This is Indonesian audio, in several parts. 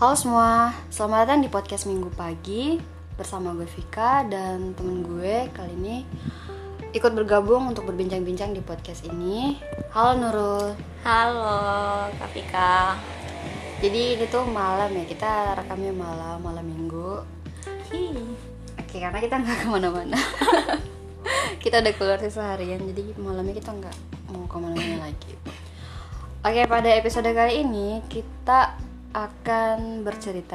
Halo semua, selamat datang di podcast Minggu Pagi bersama gue Vika dan temen gue kali ini ikut bergabung untuk berbincang-bincang di podcast ini. Halo Nurul. Halo Kak Vika. Jadi ini tuh malam ya, kita rekamnya malam minggu. Oke, karena kita nggak kemana-mana. Kita udah keluar seharian, jadi malamnya kita nggak mau kemana-mana lagi. Oke, pada episode kali ini kita akan bercerita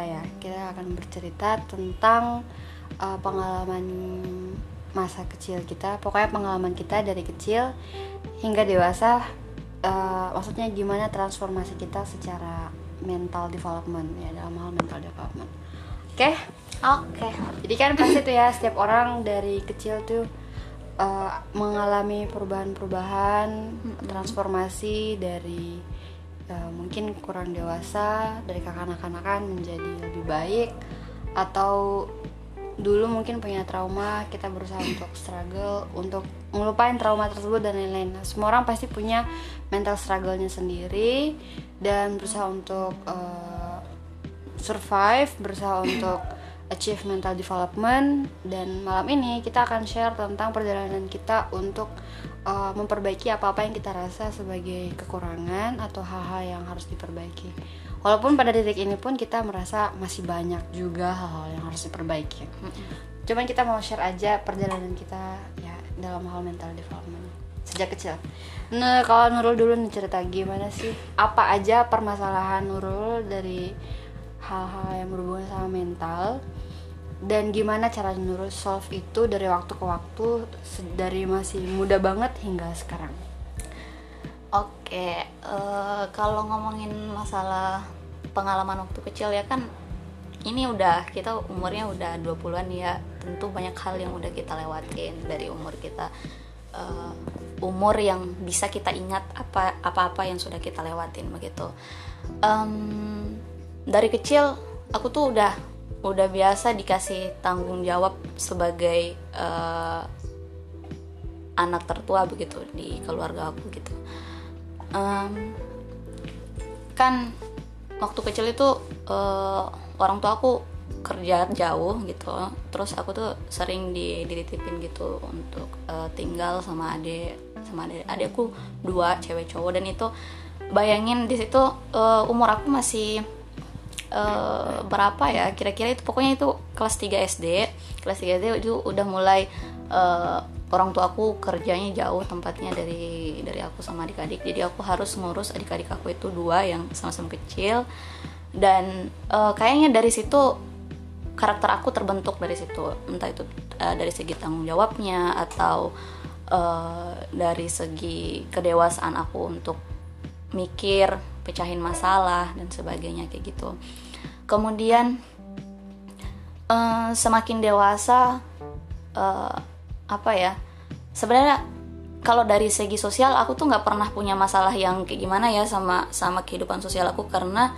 tentang pengalaman masa kecil kita. Pokoknya pengalaman kita dari kecil hingga dewasa, maksudnya gimana transformasi kita secara mental development ya, dalam hal mental development. Oke. Jadi kan pasti tuh ya, setiap orang dari kecil tuh mengalami perubahan-perubahan, transformasi dari mungkin kurang dewasa, dari kekanak-kanakan menjadi lebih baik, atau dulu mungkin punya trauma, kita berusaha untuk struggle untuk ngelupain trauma tersebut dan lain-lain. Nah, semua orang pasti punya mental struggle-nya sendiri dan berusaha untuk survive, berusaha untuk achieve mental development. Dan malam ini kita akan share tentang perjalanan kita untuk memperbaiki apa-apa yang kita rasa sebagai kekurangan atau hal-hal yang harus diperbaiki. Walaupun pada titik ini pun kita merasa masih banyak juga hal-hal yang harus diperbaiki. Cuman kita mau share aja perjalanan kita ya dalam hal mental development sejak kecil. Nah, kalau Nurul dulu nih, cerita gimana sih, apa aja permasalahan Nurul dari hal-hal yang berhubungan sama mental, dan gimana cara Nurul solve itu dari waktu ke waktu, dari masih muda banget hingga sekarang. Oke, kalau ngomongin masalah pengalaman waktu kecil ya kan, ini kita umurnya udah 20-an ya. Tentu banyak hal yang udah kita lewatin dari umur kita, umur yang bisa kita ingat apa-apa yang sudah kita lewatin begitu. Dari kecil aku tuh udah biasa dikasih tanggung jawab sebagai anak tertua begitu di keluarga aku gitu. Kan waktu kecil itu orang tua aku kerja jauh gitu, terus aku tuh sering dititipin gitu untuk tinggal sama adekku 2 cewek cowok. Dan itu bayangin di situ umur aku masih berapa ya, kira-kira itu pokoknya itu kelas 3 SD itu udah mulai orang tua aku kerjanya jauh tempatnya dari aku sama adik-adik. Jadi aku harus ngurus adik-adik aku itu 2 yang sama-sama kecil. Dan kayaknya dari situ karakter aku terbentuk dari situ, entah itu dari segi tanggung jawabnya atau dari segi kedewasaan aku untuk mikir, pecahin masalah dan sebagainya kayak gitu. Kemudian semakin dewasa, sebenarnya kalau dari segi sosial aku tuh nggak pernah punya masalah yang kayak gimana ya sama kehidupan sosial aku, karena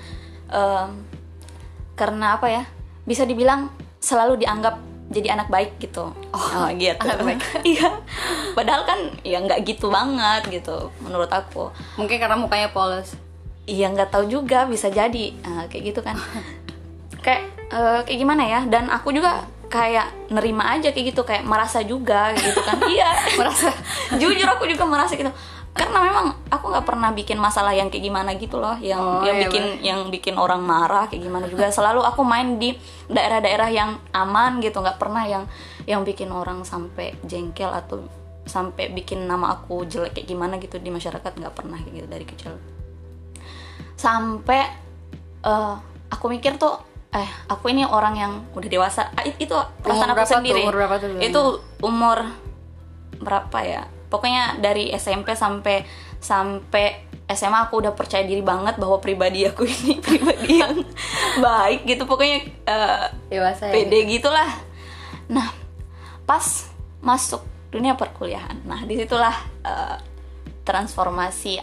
apa ya, bisa dibilang selalu dianggap jadi anak baik gitu. Gitu. Anak baik. Iya. Padahal kan ya nggak gitu banget gitu menurut aku. Mungkin karena mukanya polos. Iya, nggak tahu juga, bisa jadi kayak gitu kan. kayak gimana ya, dan aku juga kayak nerima aja kayak gitu, kayak merasa juga gitu kan. Iya, merasa. Jujur aku juga merasa gitu, karena memang aku nggak pernah bikin masalah yang kayak gimana gitu loh, yang bikin orang marah kayak gimana juga. Selalu aku main di daerah-daerah yang aman gitu, nggak pernah yang bikin orang sampai jengkel atau sampai bikin nama aku jelek kayak gimana gitu di masyarakat, nggak pernah kayak gitu dari kecil. Sampai aku mikir tuh aku ini orang yang udah dewasa. Itu perasaan aku sendiri. Umur berapa tuh? Itu umur berapa ya, pokoknya dari SMP sampai SMA aku udah percaya diri banget bahwa pribadi aku ini pribadi yang baik gitu, pokoknya dewasa ya, pede gitulah. Nah, pas masuk dunia perkuliahan, nah disitulah transformasi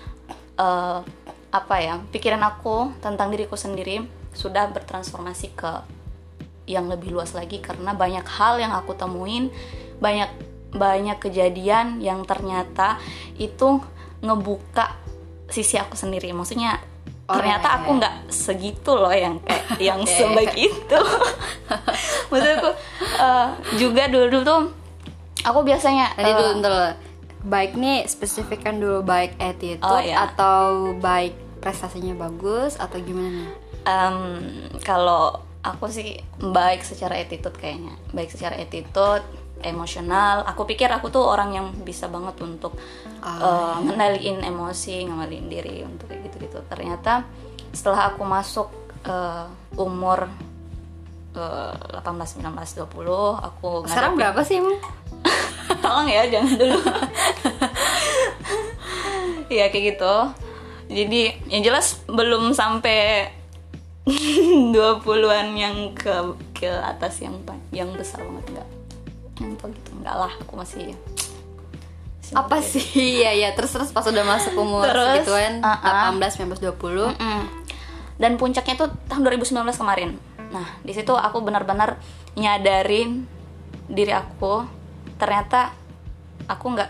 pikiran aku tentang diriku sendiri sudah bertransformasi ke yang lebih luas lagi, karena banyak hal yang aku temuin, banyak kejadian yang ternyata itu ngebuka sisi aku sendiri. Maksudnya ternyata aku nggak segitu loh yang kayak yang sebaik itu. Maksudku juga dulu tuh aku biasanya tadi dulu baik nih, spesifikkan dulu, baik attitude atau baik prestasinya bagus atau gimana nih? Kalau aku sih baik secara attitude kayaknya, baik secara attitude, emosional. Aku pikir aku tuh orang yang bisa banget untuk ngendaliin emosi, ngendaliin diri untuk kayak gitu-gitu. Ternyata setelah aku masuk umur 18, 19, 20, aku sekarang berapa sih emang? Tolong ya, jangan dulu. Ya kayak gitu. Jadi yang jelas belum sampai 20-an yang ke atas yang besar banget, enggak. Yang gitu enggak lah, aku masih apa sih? Iya terus pas udah masuk umur segituan 18, 19, 20. Dan puncaknya tuh tahun 2019 kemarin. Nah, di situ aku benar-benar nyadarin diri aku, ternyata aku nggak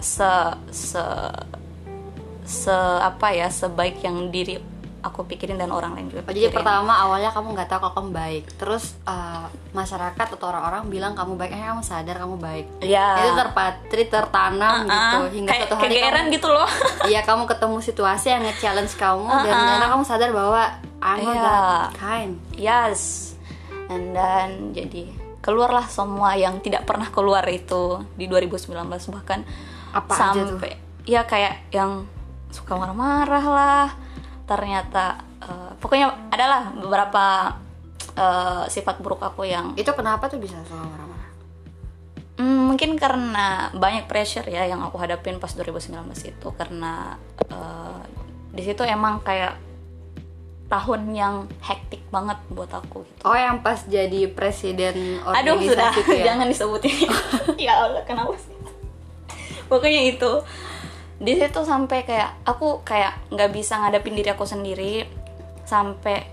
sebaik yang diri aku pikirin dan orang lain juga pikirin. Jadi pertama awalnya kamu nggak tahu kalau kamu baik, terus masyarakat atau orang-orang bilang kamu baik, kamu sadar kamu baik. Ya. Itu tertanam gitu hingga suatu hari kegeeran gitu loh. Iya, kamu ketemu situasi yang nge-challenge kamu dan ternyata kamu sadar bahwa I'm not that kind. Yes. And then jadi keluarlah semua yang tidak pernah keluar itu di 2019, bahkan apa sampai ya kayak yang suka marah-marah lah. Ternyata pokoknya adalah beberapa sifat buruk aku yang itu. Kenapa tuh bisa suka marah-marah? Mungkin karena banyak pressure ya yang aku hadapin pas 2019 itu, karena di situ emang kayak tahun yang hektik banget buat aku gitu. Oh, yang pas jadi presiden organisasi. Aduh, sudah itu ya? Jangan disebutin. Ya Allah, kenapa sih? Pokoknya itu. Di situ sampai kayak aku kayak nggak bisa ngadapin diri aku sendiri, sampai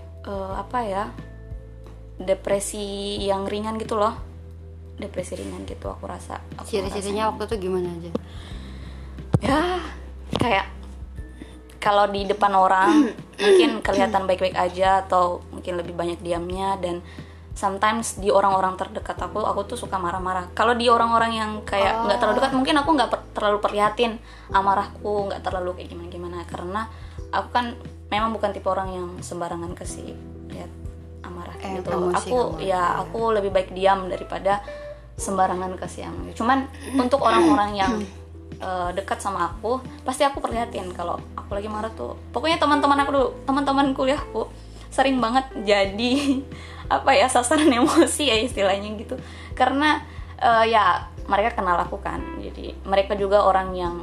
depresi yang ringan gitu loh. Depresi ringan gitu aku rasa. Ciri-cirinya waktu itu gimana aja? Ya, kayak kalau di depan orang mungkin kelihatan baik-baik aja atau mungkin lebih banyak diamnya, dan sometimes di orang-orang terdekat aku tuh suka marah-marah. Kalau di orang-orang yang kayak nggak terlalu dekat, mungkin aku nggak terlalu perlihatin amarahku, nggak terlalu kayak gimana-gimana, karena aku kan memang bukan tipe orang yang sembarangan kasih lihat amarah gitu. Aku lebih baik diam daripada sembarangan kasih amarah. Cuman untuk orang-orang yang dekat sama aku, pasti aku perlihatin kalau aku lagi marah tuh. Pokoknya teman-teman kuliahku sering banget jadi sasaran emosi ya istilahnya gitu, karena ya mereka kenal aku kan, jadi mereka juga orang yang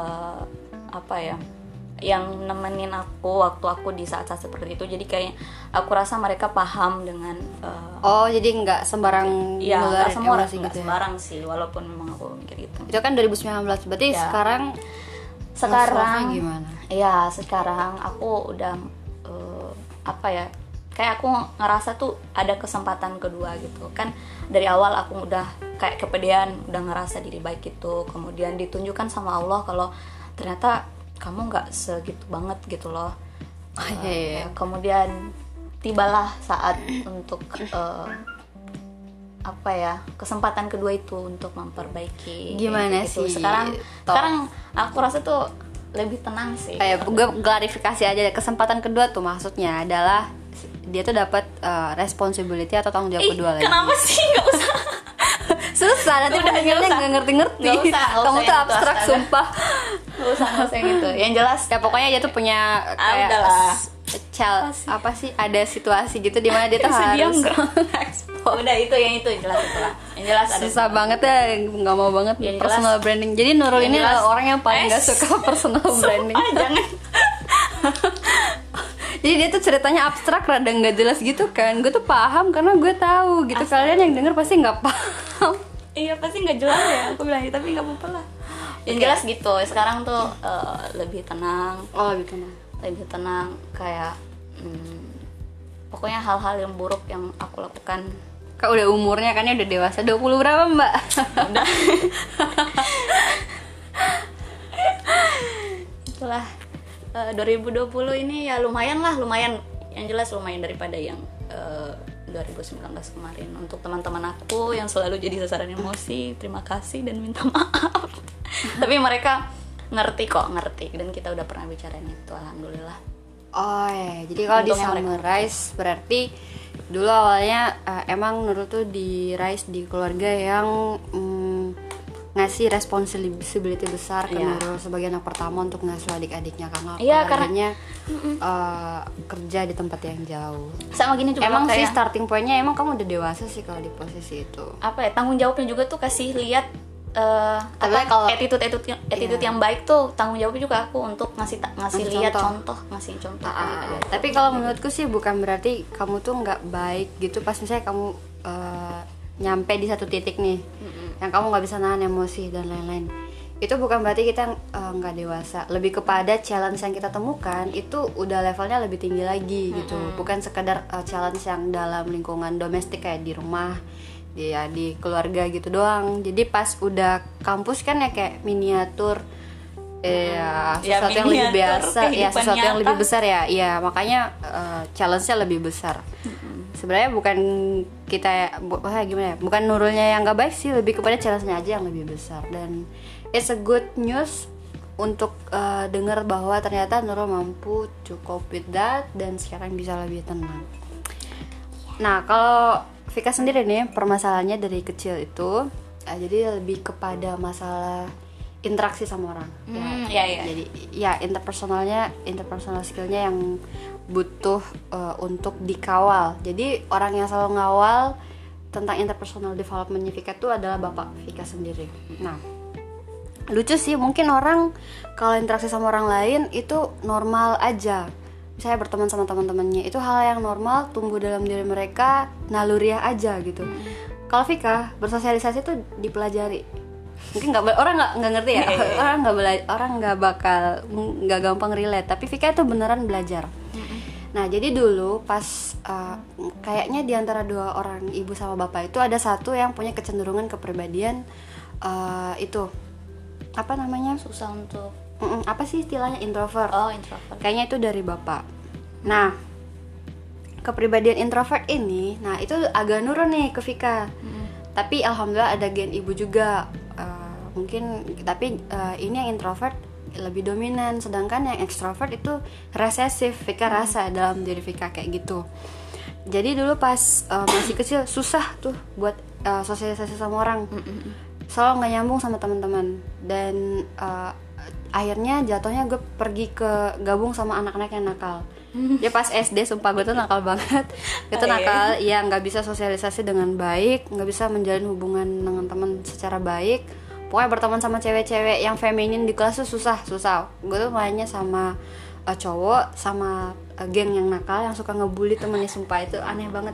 yang nemenin aku waktu aku di saat-saat seperti itu. Jadi kayak aku rasa mereka paham dengan jadi nggak sembarang nggak semua orang gitu nggak sembarang sih, walaupun memang aku mikir gitu. Itu kan 2019, berarti ya. sekarang gimana? Ya sekarang aku udah kayak aku ngerasa tuh ada kesempatan kedua gitu kan. Dari awal aku udah kayak kepedean, udah ngerasa diri baik gitu, kemudian ditunjukkan sama Allah kalau ternyata kamu nggak segitu banget gitu loh. Kemudian tibalah saat untuk kesempatan kedua itu untuk memperbaiki. Gimana gitu. sih? Sekarang aku rasa tuh lebih tenang sih. Gue klarifikasi aja, kesempatan kedua tuh maksudnya adalah dia tuh dapat responsibility atau tanggung jawab kedua lagi. Kenapa sih? Nggak usah. Susah, nanti pendengarnya nggak ngerti-ngerti. Kamu tuh abstrak, sumpah. Nggak usah gitu. Yang jelas ya pokoknya dia tuh punya kayak ada situasi gitu di mana dia tuh harus udah itu jelas itulah. Yang jelas ada susah banget ya, nggak mau banget personal branding. Jadi Nurul ini adalah orang yang paling nggak suka personal branding. Jangan. Jadi dia tuh ceritanya abstrak, rada nggak jelas gitu kan. Gue tuh paham karena gue tahu gitu. Kalian yang denger pasti nggak paham. Iya, pasti nggak jelas ya aku bilang, tapi nggak apa-apa lah. Yang jelas gitu. Sekarang tuh lebih tenang. Lebih tenang kayak pokoknya hal-hal yang buruk yang aku lakukan. Kak udah umurnya kan ya, udah dewasa. 20 berapa Mbak? Udah. Itulah 2020 ini ya lumayan, yang jelas lumayan daripada yang 2019 kemarin. Untuk teman-teman aku yang selalu jadi sasaran emosi, terima kasih dan minta maaf. Tapi mereka ngerti dan kita udah pernah bicarain itu, alhamdulillah. Oh ya, jadi kalau di summarize berarti dulu awalnya emang Nurul tuh di raise di keluarga yang ngasih responsibility besar ke Nurul sebagai anak pertama untuk ngasuh adik-adiknya karena keluarganya kerja di tempat yang jauh. Sama gini juga emang sih starting pointnya emang kamu udah dewasa sih kalau di posisi itu. Apa ya, tanggung jawabnya juga tuh kasih lihat kalau attitude yang baik tuh, tanggung jawabnya juga aku untuk ngasih lihat contoh. Tapi kalau menurutku sih bukan berarti kamu tuh nggak baik gitu pas misalnya kamu nyampe di satu titik nih yang kamu nggak bisa nahan emosi dan lain-lain. Itu bukan berarti kita nggak dewasa. Lebih kepada challenge yang kita temukan itu udah levelnya lebih tinggi lagi gitu. Bukan sekedar challenge yang dalam lingkungan domestik kayak di rumah, ya di keluarga gitu doang. Jadi pas udah kampus kan ya kayak miniatur sesuatu yang lebih biasa ya, sesuatu yang lebih besar ya makanya challenge-nya lebih besar. Sebenarnya bukan kita gimana ya, bukan Nurulnya yang nggak baik sih, lebih kepada challenge-nya aja yang lebih besar. Dan it's a good news untuk dengar bahwa ternyata Nurul mampu to cope with that dan sekarang bisa lebih tenang. Nah kalau Vika sendiri nih, permasalahannya dari kecil itu jadi lebih kepada masalah interaksi sama orang. Jadi interpersonal skillnya yang butuh untuk dikawal. Jadi orang yang selalu ngawal tentang interpersonal developmentnya Vika itu adalah bapak Vika sendiri. Nah, lucu sih, mungkin orang kalau interaksi sama orang lain itu normal aja. Saya berteman sama teman-temannya itu hal yang normal, tumbuh dalam diri mereka, naluriah aja gitu. Kalau Vika bersosialisasi itu dipelajari. Mungkin orang nggak ngerti ya, orang nggak gampang relate. Tapi Vika itu beneran belajar. Nah jadi dulu pas kayaknya di antara dua orang ibu sama bapak itu ada satu yang punya kecenderungan kepribadian itu apa namanya, susah untuk apa sih istilahnya, introvert. Introvert. Kayaknya itu dari bapak. Nah, kepribadian introvert ini, nah itu agak nurun nih ke Vika. Tapi alhamdulillah ada gen ibu juga. Mungkin tapi ini yang introvert lebih dominan, sedangkan yang extrovert itu resesif. Vika rasa dalam diri Vika kayak gitu. Jadi dulu pas masih kecil susah tuh buat sosialisasi sama orang. Selalu nggak nyambung sama teman-teman dan akhirnya jatuhnya gue pergi ke gabung sama anak-anak yang nakal. Ya pas SD sumpah gue tuh nakal banget. Itu nakal, ya nggak bisa sosialisasi dengan baik, nggak bisa menjalin hubungan dengan teman secara baik. Pokoknya berteman sama cewek-cewek yang feminin di kelas tuh susah. Gue tuh mainnya sama cowok, sama geng yang nakal yang suka ngebully temennya, sumpah itu aneh banget.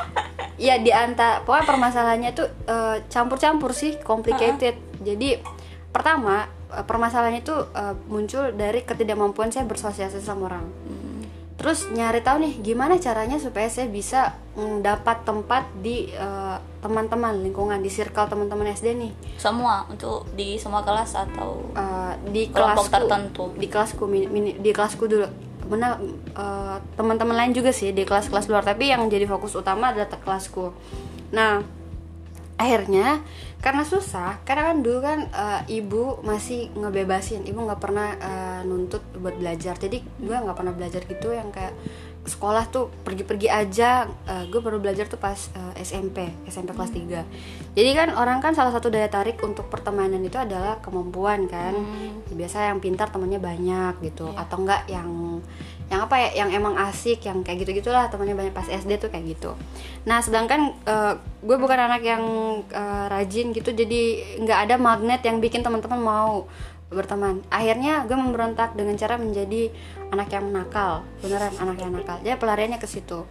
Ya pokoknya permasalahannya tuh campur-campur sih, complicated. Jadi pertama permasalahannya tuh muncul dari ketidakmampuan saya bersosialisasi sama orang. Terus nyari tahu nih gimana caranya supaya saya bisa dapat tempat di teman-teman lingkungan, di circle teman-teman SD nih. Semua untuk di semua kelas atau di kelompok kelasku tertentu? Di kelasku dulu. Benar, teman-teman lain juga sih di kelas-kelas luar, tapi yang jadi fokus utama adalah kelasku. Nah, akhirnya karena susah, karena kan dulu kan ibu masih ngebebasin, ibu nggak pernah nuntut buat belajar. Jadi gue nggak pernah belajar gitu yang kayak sekolah tuh pergi-pergi aja. Gue baru belajar tuh pas SMP kelas 3. Jadi kan orang kan salah satu daya tarik untuk pertemanan itu adalah kemampuan kan. Biasa yang pintar temannya banyak gitu, atau enggak yang apa ya, yang emang asik, yang kayak gitu-gitulah temannya banyak pas SD tuh kayak gitu. Nah sedangkan gue bukan anak yang rajin gitu, jadi nggak ada magnet yang bikin teman-teman mau berteman. Akhirnya gue memberontak dengan cara menjadi anak yang nakal, beneran anak yang nakal. Jadi pelariannya ke situ.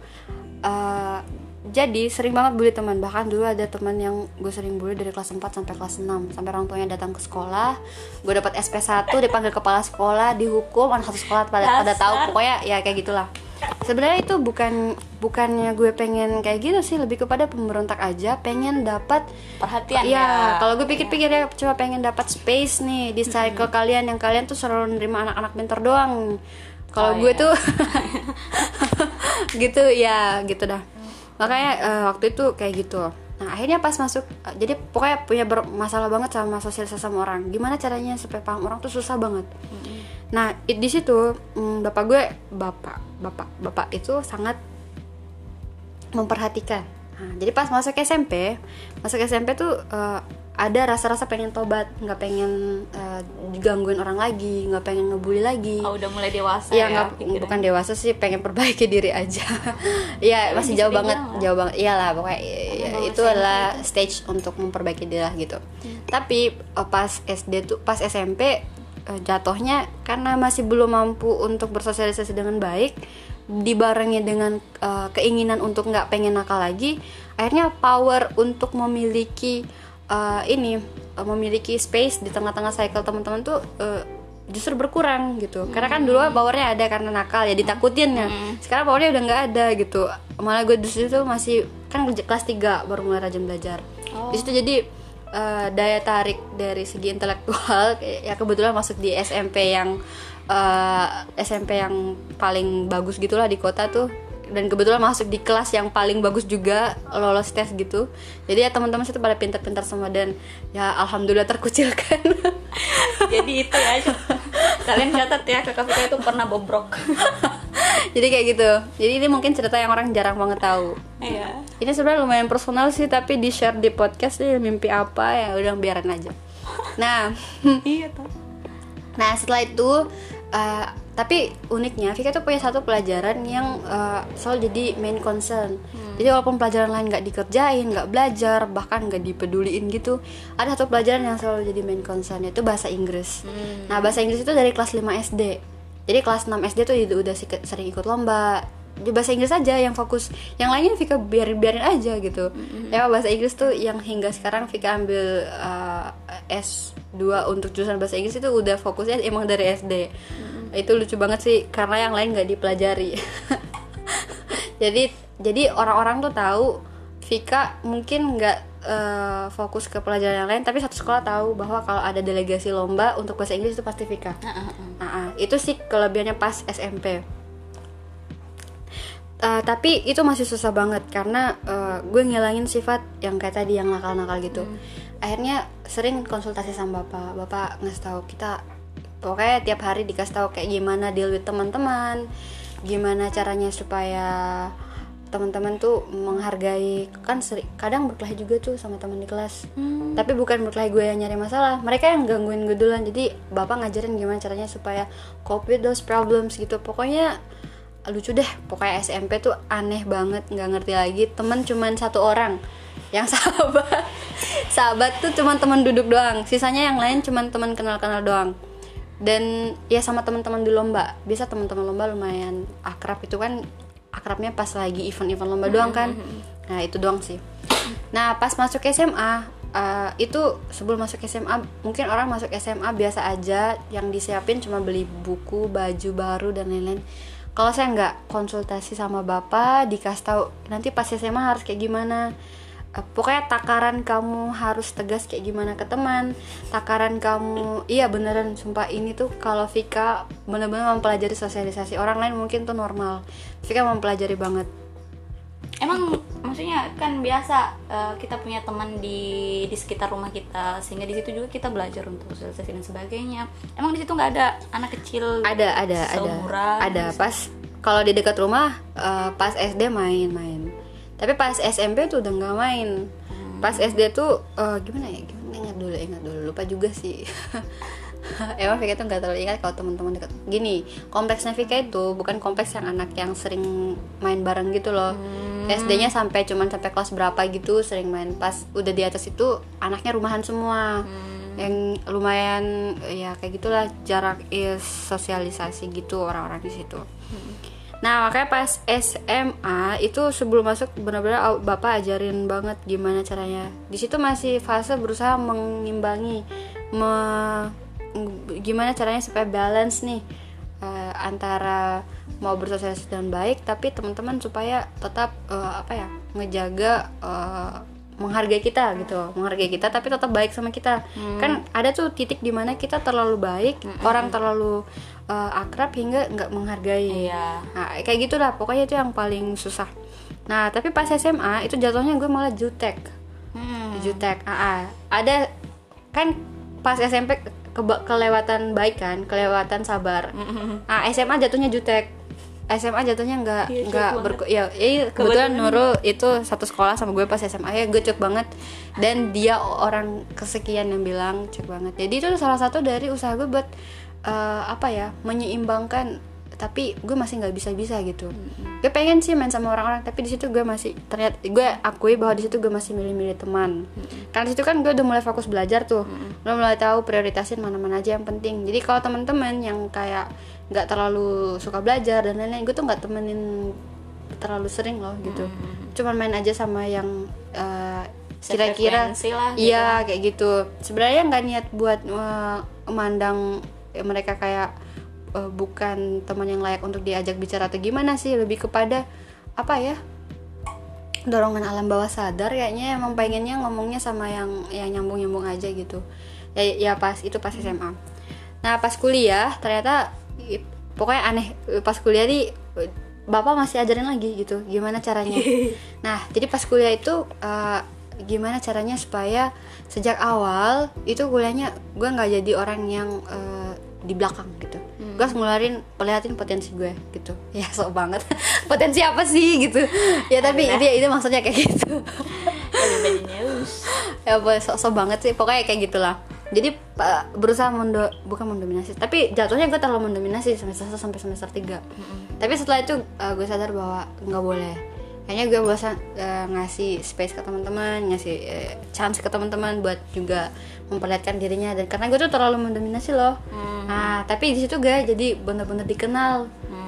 Jadi sering banget bully teman. Bahkan dulu ada teman yang gue sering bully dari kelas 4 sampai kelas 6, sampai orang tuanya datang ke sekolah. Gue dapat SP1, dipanggil kepala sekolah, dihukum, anak satu sekolah pada tahu. Pokoknya ya kayak gitulah. Sebenarnya itu bukannya gue pengen kayak gitu sih, lebih kepada pemberontak aja, pengen dapat Perhatian ya. ya. Kalau gue pikir-pikir ya, cuma pengen dapat space nih di circle kalian, yang kalian tuh selalu nerima anak-anak pintar doang. Kalau gue tuh gitu ya, gitu dah. Makanya waktu itu kayak gitu. Nah akhirnya pas masuk, jadi pokoknya punya masalah banget sama sosialisasi sama orang. Gimana caranya supaya paham orang tuh susah banget. Nah di situ bapak itu sangat memperhatikan. Nah, jadi pas masuk SMP tuh ada rasa-rasa pengen tobat, nggak pengen digangguin orang lagi, nggak pengen ngebully lagi. Udah mulai dewasa ya? Bukan dewasa sih, pengen perbaiki diri aja. Ya masih jauh banget. Iyalah pokoknya itu adalah stage untuk memperbaiki diri lah gitu. Tapi pas SMP jatuhnya karena masih belum mampu untuk bersosialisasi dengan baik, dibarengi dengan keinginan untuk nggak pengen nakal lagi, akhirnya power untuk memiliki memiliki space di tengah-tengah cycle teman-teman tuh justru berkurang gitu. Karena kan dulu powernya ada karena nakal ya, ditakutin ya. Sekarang powernya udah nggak ada gitu. Malah gue di situ masih kan kelas 3 baru mulai rajin belajar. Di situ jadi daya tarik dari segi intelektual ya kebetulan masuk di SMP yang paling bagus gitulah di kota tuh, dan kebetulan masuk di kelas yang paling bagus juga, lolos tes gitu. Jadi ya teman-teman situ pada pintar-pintar semua, dan ya alhamdulillah terkucilkan. Jadi itu ya, kalian catat ya, kakak Vika itu pernah bobrok. Jadi kayak gitu. Jadi ini mungkin cerita yang orang jarang banget tahu. Iya. Ini sebenarnya lumayan personal sih, tapi di share di podcast sih mimpi apa ya udah biarin aja. Nah, Iya tuh. nah setelah itu tapi uniknya Vika tuh punya satu pelajaran yang selalu jadi main concern. Jadi walaupun pelajaran lain nggak dikerjain, nggak belajar, bahkan nggak dipeduliin gitu, ada satu pelajaran yang selalu jadi main concern, yaitu bahasa Inggris. Nah bahasa Inggris itu dari kelas 5 SD. Jadi kelas 6 SD tuh udah sering ikut lomba di bahasa Inggris aja yang fokus, yang lainnya Vika biarin aja gitu. Ya bahasa Inggris tuh yang hingga sekarang Vika ambil S2 untuk jurusan bahasa Inggris itu udah fokusnya emang dari SD. Itu lucu banget sih karena yang lain nggak dipelajari. jadi orang-orang tuh tahu Vika mungkin nggak fokus ke pelajaran yang lain, tapi satu sekolah tahu bahwa kalau ada delegasi lomba untuk bahasa Inggris itu pasti Vika. Itu sih kelebihannya pas SMP. Tapi itu masih susah banget karena gue ngilangin sifat yang kayak tadi yang nakal-nakal gitu. Akhirnya sering konsultasi sama bapak ngasih tahu kita, pokoknya tiap hari dikasih tahu kayak gimana deal with teman-teman, gimana caranya supaya teman-teman tuh menghargai. Kan kadang berkelahi juga tuh sama teman di kelas, tapi bukan berkelahi gue yang nyari masalah, mereka yang gangguin gue duluan. Jadi bapak ngajarin gimana caranya supaya cope with those problems gitu. Pokoknya lucu deh, pokoknya SMP tuh aneh banget, nggak ngerti lagi. Temen cuman satu orang yang sahabat tuh cuman teman duduk doang, sisanya yang lain cuman teman kenal doang. Dan ya sama teman-teman di lomba, biasa teman-teman lomba lumayan akrab, itu kan akrabnya pas lagi event-event lomba doang kan. Nah itu doang sih. Nah pas masuk SMA itu sebelum masuk SMA, mungkin orang masuk SMA biasa aja, yang disiapin cuma beli buku, baju baru dan lain-lain. Kalau saya nggak konsultasi sama bapak, dikasih tahu nanti pas SMA harus kayak gimana, pokoknya takaran kamu harus tegas kayak gimana ke teman, takaran kamu, iya beneran sumpah ini tuh kalau Vika bener-bener mempelajari sosialisasi. Orang lain mungkin tuh normal, Vika mempelajari banget. Emang maksudnya kan biasa kita punya teman di sekitar rumah kita, sehingga di situ juga kita belajar untuk sosialisasi dan sebagainya. Emang di situ nggak ada anak kecil? Ada pas kalau di dekat rumah pas SD main, tapi pas SMP tuh udah nggak main. Pas SD tuh gimana ingat dulu lupa juga sih. Emang Vika tuh nggak terlalu ingat kalau teman-teman dekat. Gini, kompleksnya Vika itu bukan kompleks yang anak yang sering main bareng gitu loh. SD-nya sampai kelas berapa gitu sering main. Pas udah di atas itu anaknya rumahan semua. Yang lumayan ya kayak gitulah, jarak sosialisasi gitu orang-orang di situ. Nah makanya pas SMA itu sebelum masuk benar-benar bapak ajarin banget gimana caranya. Di situ masih fase berusaha mengimbangi, gimana caranya supaya balance nih antara mau bersosialisasi dengan baik, tapi teman-teman supaya tetap ngejaga menghargai kita gitu, menghargai kita tapi tetap baik sama kita. Kan ada tuh titik dimana kita terlalu baik, orang terlalu akrab hingga nggak menghargai. Nah, kayak gitulah pokoknya itu yang paling susah. Nah tapi pas SMA itu jatuhnya gue malah jutek. Ada kan pas SMP kelewatan baik kan, kelewatan sabar. SMA jatuhnya jutek. SMA jatuhnya nggak kebetulan Nurul itu satu sekolah sama gue pas SMA, ya gue cek banget, dan dia orang kesekian yang bilang cek banget. Jadi itu salah satu dari usaha gue buat menyeimbangkan, tapi gue masih nggak bisa gitu. Gue pengen sih main sama orang-orang, tapi di situ gue masih, ternyata gue akui bahwa di situ gue masih milih-milih teman. Karena di situ kan gue udah mulai fokus belajar tuh, udah mulai tahu prioritasin mana-mana aja yang penting. Jadi kalau teman-teman yang kayak nggak terlalu suka belajar dan lain-lain, gue tuh nggak temenin terlalu sering loh gitu. Cuman main aja sama yang kira-kira iya gitu. Kayak gitu. Sebenarnya nggak niat buat memandang mereka kayak bukan teman yang layak untuk diajak bicara atau gimana sih, lebih kepada dorongan alam bawah sadar kayaknya, emang pengennya ngomongnya sama yang nyambung-nyambung aja gitu. Ya pas SMA. Nah pas kuliah ternyata pokoknya aneh, pas kuliah nih bapak masih ajarin lagi gitu gimana caranya. Nah jadi pas kuliah itu gimana caranya supaya sejak awal itu kuliahnya gue nggak jadi orang yang di belakang gitu. Gue harus pelihatin potensi gue gitu. Ya sok banget. Potensi apa sih gitu. Ya tapi itu maksudnya kayak gitu. Ya sok banget sih, pokoknya kayak gitulah. Jadi berusaha bukan mendominasi, tapi jatuhnya gue terlalu mendominasi semester 1 sampai semester 3. Tapi setelah itu gue sadar bahwa nggak boleh. Kayaknya gue bosan ngasih space ke teman-teman, ngasih chance ke teman-teman buat juga memperlihatkan dirinya, dan karena gue tuh terlalu mendominasi loh. Nah tapi di situ gue jadi benar-benar dikenal.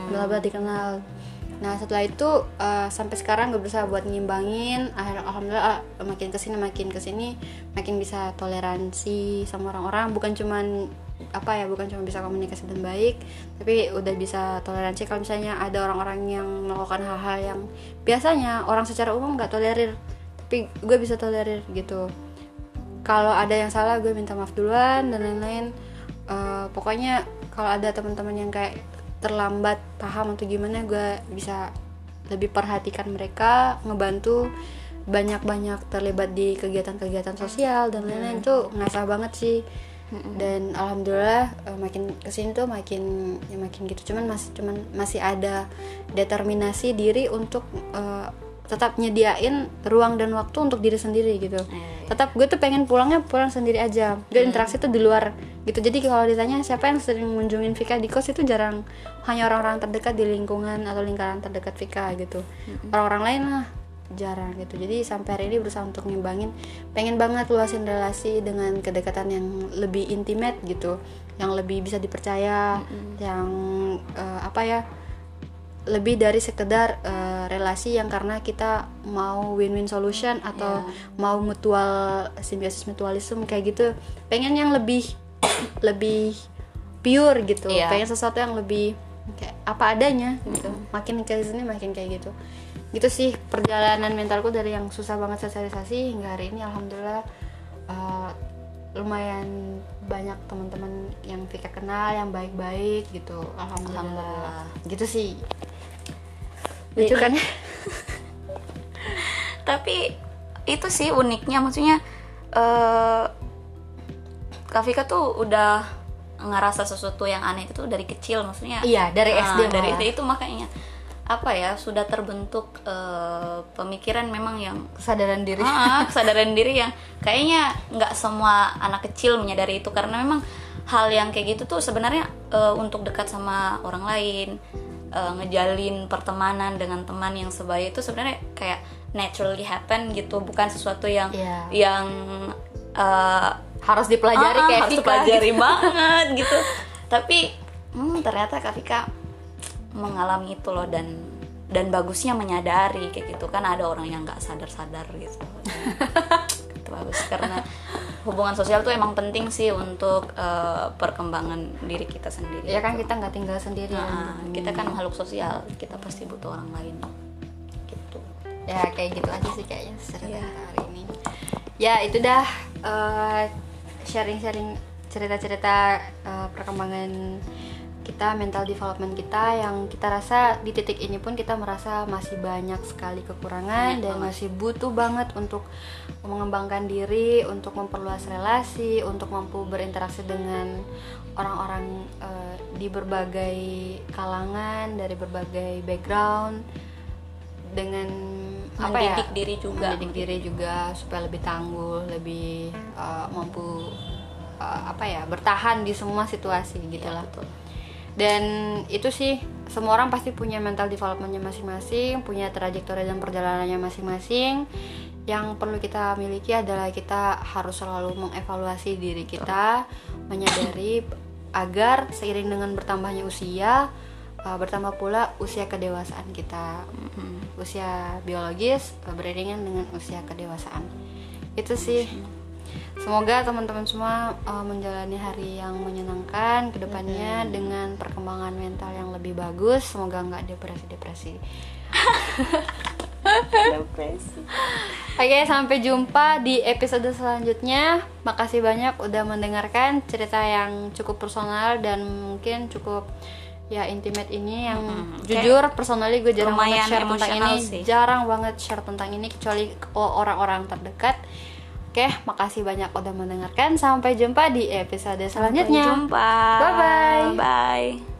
Nah setelah itu sampai sekarang gue berusaha buat ngimbangin. Alhamdulillah makin kesini makin bisa toleransi sama orang-orang, bukan cuma bisa komunikasi dengan baik, tapi udah bisa toleransi kalau misalnya ada orang-orang yang melakukan hal-hal yang biasanya orang secara umum nggak tolerir, tapi gue bisa tolerir gitu. Kalau ada yang salah gue minta maaf duluan dan lain-lain. Pokoknya kalau ada teman-teman yang kayak terlambat paham atau gimana, gue bisa lebih perhatikan mereka, ngebantu, banyak-banyak terlibat di kegiatan-kegiatan sosial dan lain-lain. Itu ngasah banget sih. Dan alhamdulillah makin kesini tuh makin gitu. Cuman masih ada determinasi diri untuk tetap nyediain ruang dan waktu untuk diri sendiri gitu. Tetap gue tuh pengen pulang sendiri aja. Gue interaksi tuh di luar gitu. Jadi kalau ditanya siapa yang sering mengunjungin Vika di kos, itu jarang, hanya orang-orang terdekat di lingkungan atau lingkaran terdekat Vika gitu. Orang-orang lain lah jarang gitu. Jadi sampai hari ini berusaha untuk ngimbangin, pengen banget luasin relasi dengan kedekatan yang lebih intimate gitu, yang lebih bisa dipercaya, yang lebih dari sekedar relasi yang karena kita mau win-win solution atau mau mutual simbiosis mutualism kayak gitu. Pengen yang lebih pure gitu. Pengen sesuatu yang lebih kayak apa adanya gitu. Makin ke sini makin kayak gitu. Gitu sih perjalanan mentalku dari yang susah banget sosialisasi hingga hari ini alhamdulillah lumayan banyak teman-teman yang Vika kenal yang baik-baik gitu. Alhamdulillah. Gitu sih. Itu kan. Tapi itu sih uniknya, maksudnya Kak Vika tuh udah ngerasa sesuatu yang aneh itu dari kecil, maksudnya. Iya, dari SD. Dari SD itu makanya sudah terbentuk pemikiran memang yang kesadaran diri yang kayaknya nggak semua anak kecil menyadari itu, karena memang hal yang kayak gitu tuh sebenarnya untuk dekat sama orang lain, ngejalin pertemanan dengan teman yang sebaya itu sebenarnya kayak naturally happen gitu, bukan sesuatu yang harus dipelajari kayak harus dipelajari banget gitu. Tapi ternyata Kak Vika mengalami itu loh, dan bagusnya menyadari kayak gitu kan. Ada orang yang nggak sadar gitu. Itu bagus karena hubungan sosial tuh emang penting sih untuk perkembangan diri kita sendiri. Ya kan, kita nggak tinggal sendiri. Kita kan makhluk sosial, kita pasti butuh orang lain gitu. Ya kayak gitu aja sih kayaknya cerita hari ini. Ya itu dah sharing-sharing cerita-cerita perkembangan kita, mental development kita, yang kita rasa di titik ini pun kita merasa masih banyak sekali kekurangan dan masih butuh banget untuk mengembangkan diri, untuk memperluas relasi, untuk mampu berinteraksi dengan orang-orang di berbagai kalangan, dari berbagai background, dengan mendidik diri juga supaya lebih tangguh, lebih mampu bertahan di semua situasi gitulah. Dan itu sih, semua orang pasti punya mental developmentnya masing-masing, punya trajektori dan perjalanannya masing-masing. Yang perlu kita miliki adalah kita harus selalu mengevaluasi diri kita, menyadari agar seiring dengan bertambahnya usia, bertambah pula usia kedewasaan kita. Usia biologis beriringan dengan usia kedewasaan. Itu sih. Semoga teman-teman semua menjalani hari yang menyenangkan ke depannya dengan perkembangan mental yang lebih bagus. Semoga nggak depresi-depresi. Oke, sampai jumpa di episode selanjutnya. Makasih banyak udah mendengarkan cerita yang cukup personal dan mungkin cukup intimate ini, yang jujur personally gue jarang banget share tentang ini sih. Jarang banget share tentang ini kecuali orang-orang terdekat. Oke, makasih banyak udah mendengarkan. Sampai jumpa di episode selanjutnya. Sampai jumpa. Bye-bye. Bye.